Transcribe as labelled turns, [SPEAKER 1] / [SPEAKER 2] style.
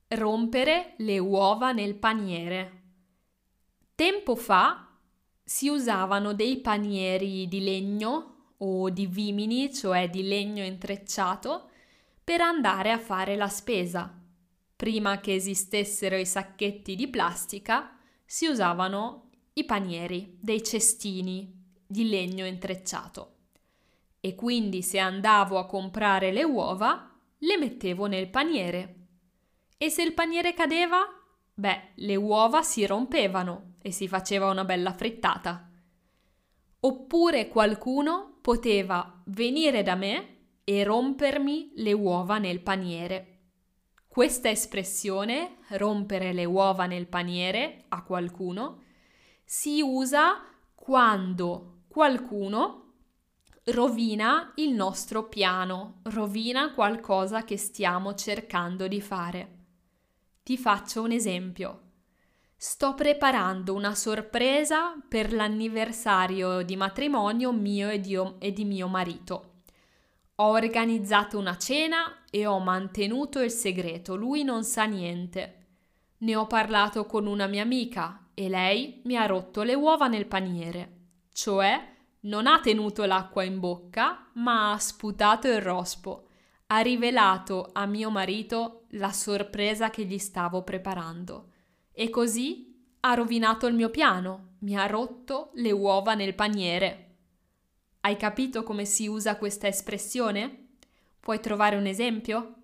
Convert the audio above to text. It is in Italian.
[SPEAKER 1] Rompere le uova nel paniere. Tempo fa si usavano dei panieri di legno o di vimini, cioè di legno intrecciato, per andare a fare la spesa. Prima che esistessero i sacchetti di plastica, si usavano i panieri, dei cestini di legno intrecciato. E quindi se andavo a comprare le uova, le mettevo nel paniere. E se il paniere cadeva, le uova si rompevano e si faceva una bella frittata. Oppure qualcuno poteva venire da me e rompermi le uova nel paniere. Questa espressione, rompere le uova nel paniere a qualcuno, si usa quando qualcuno rovina il nostro piano, rovina qualcosa che stiamo cercando di fare. Ti faccio un esempio. Sto preparando una sorpresa per l'anniversario di matrimonio mio e di mio marito. Ho organizzato una cena e ho mantenuto il segreto, lui non sa niente. Ne ho parlato con una mia amica e lei mi ha rotto le uova nel paniere, cioè non ha tenuto l'acqua in bocca, ma ha sputato il rospo. Ha rivelato a mio marito la sorpresa che gli stavo preparando e così ha rovinato il mio piano, mi ha rotto le uova nel paniere. Hai capito come si usa questa espressione? Puoi trovare un esempio?